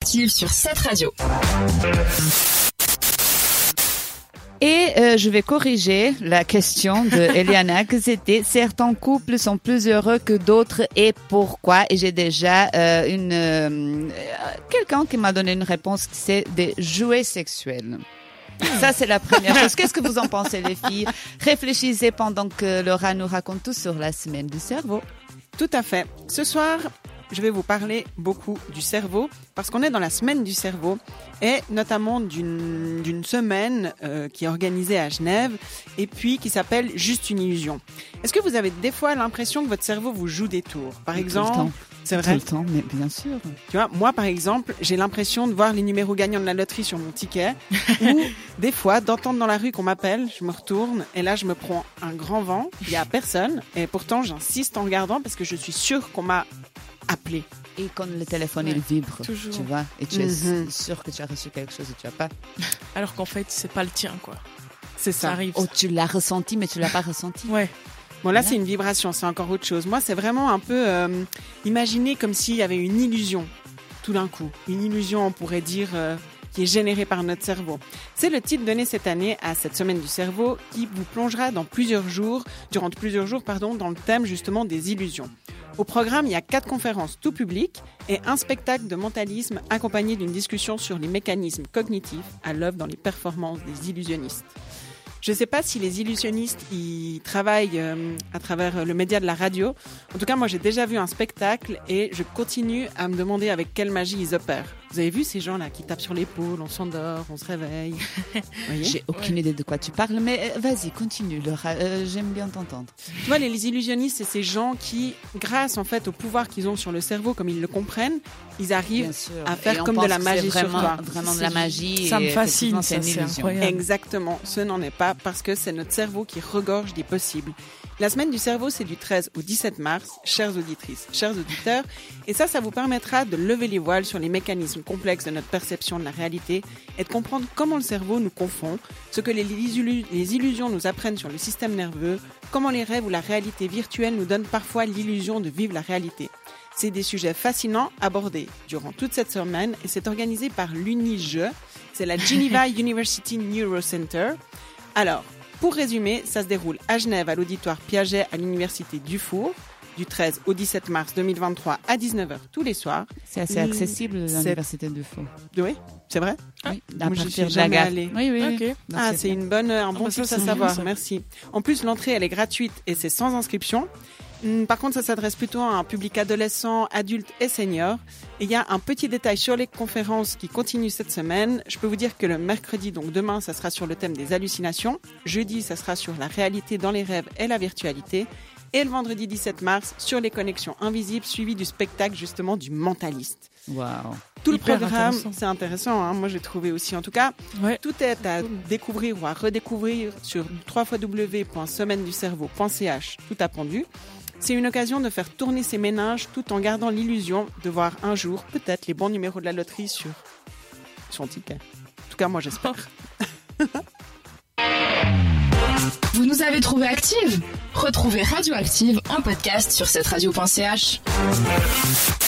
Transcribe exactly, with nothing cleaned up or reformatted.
Active sur cette radio. Et euh, je vais corriger la question de Eliana, que c'était certains couples sont plus heureux que d'autres et pourquoi. Et j'ai déjà euh, une euh, quelqu'un qui m'a donné une réponse, c'est des jouets sexuels. Ça, c'est la première chose. Qu'est-ce que vous en pensez, les filles? Réfléchissez pendant que Laura nous raconte tout sur la semaine du cerveau. Tout à fait. Ce soir, je vais vous parler beaucoup du cerveau parce qu'on est dans la semaine du cerveau et notamment d'une, d'une semaine euh, qui est organisée à Genève et puis qui s'appelle Juste une illusion. Est-ce que vous avez des fois l'impression que votre cerveau vous joue des tours? Par Tout exemple, le temps. c'est vrai. Tout le temps, mais bien sûr. Tu vois, moi par exemple, j'ai l'impression de voir les numéros gagnants de la loterie sur mon ticket ou des fois d'entendre dans la rue qu'on m'appelle, je me retourne et là je me prends un grand vent, il y a personne et pourtant j'insiste en regardant parce que je suis sûre qu'on m'a appelé. Et quand le téléphone Ouais, il vibre, toujours. tu vois, et tu es Mhm. sûr que tu as reçu quelque chose et tu as pas. Alors qu'en fait, c'est pas le tien, quoi. C'est Ça ça. arrive. Oh, tu l'as ressenti, mais tu l'as pas ressenti. Ouais. Bon là c'est une vibration, c'est encore autre chose. Moi c'est vraiment un peu euh, imaginer comme s'il y avait une illusion tout d'un coup. Une illusion on pourrait dire euh, qui est générée par notre cerveau. C'est le titre donné cette année à cette semaine du cerveau qui vous plongera dans plusieurs jours, durant plusieurs jours pardon, dans le thème justement des illusions. Au programme, il y a quatre conférences tout public et un spectacle de mentalisme accompagné d'une discussion sur les mécanismes cognitifs à l'œuvre dans les performances des illusionnistes. Je ne sais pas si les illusionnistes ils travaillent euh, à travers le média de la radio. En tout cas, moi, j'ai déjà vu un spectacle et je continue à me demander avec quelle magie ils opèrent. Vous avez vu ces gens-là qui tapent sur l'épaule, on s'endort, on se réveille. Vous voyez ? J'ai aucune idée de quoi tu parles, mais euh, vas-y, continue, Laura. Euh, j'aime bien t'entendre. Tu vois, les, les illusionnistes, c'est ces gens qui, grâce en fait au pouvoir qu'ils ont sur le cerveau, comme ils le comprennent, ils arrivent Bien sûr. à faire Et on comme de pense la que magie c'est sur vraiment, toi. vraiment de la magie. Ça et me fascine, effectivement, ça, une c'est illusion. incroyable. Exactement, ce n'en est pas parce que c'est notre cerveau qui regorge des possibles. La semaine du cerveau, c'est du treize au dix-sept mars, chères auditrices, chers auditeurs. Et ça, ça vous permettra de lever les voiles sur les mécanismes complexes de notre perception de la réalité et de comprendre comment le cerveau nous confond, ce que les, illu- les illusions nous apprennent sur le système nerveux, comment les rêves ou la réalité virtuelle nous donnent parfois l'illusion de vivre la réalité. C'est des sujets fascinants abordés durant toute cette semaine et c'est organisé par l'UNIGE, c'est la Geneva University Neurocenter. Alors, pour résumer, ça se déroule à Genève, à l'auditoire Piaget, à l'université Dufour, du treize au dix-sept mars deux mille vingt-trois à dix-neuf heures tous les soirs. C'est assez accessible, C'est- l'université de Faux. Oui, c'est vrai? Oui, Moi, à j'y partir suis de la jamais gare. allée. Oui, oui, oui. Ok. Donc, Ah, c'est une bonne, un bon bah ça, tips à c'est savoir, bien, ça. merci. En plus, l'entrée, elle est gratuite et c'est sans inscription. Hum, Par contre, ça s'adresse plutôt à un public adolescent, adulte et senior. Et il y a un petit détail sur les conférences qui continuent cette semaine. Je peux vous dire que le mercredi, donc demain, ça sera sur le thème des hallucinations. Jeudi, ça sera sur la réalité dans les rêves et la virtualité. Et le vendredi dix-sept mars, sur les connexions invisibles, suivi du spectacle justement du mentaliste. Waouh. Tout Hyper le programme, intéressant. c'est intéressant, hein, moi j'ai trouvé aussi. En tout cas, Ouais. tout est à découvrir ou à redécouvrir sur w w w point semaine du cerveau point c h, tout a pendu. C'est une occasion de faire tourner ses méninges tout en gardant l'illusion de voir un jour peut-être les bons numéros de la loterie sur son ticket. En tout cas, moi j'espère. Vous nous avez trouvé active? Retrouvez Radioactive en podcast sur cette radio point c h.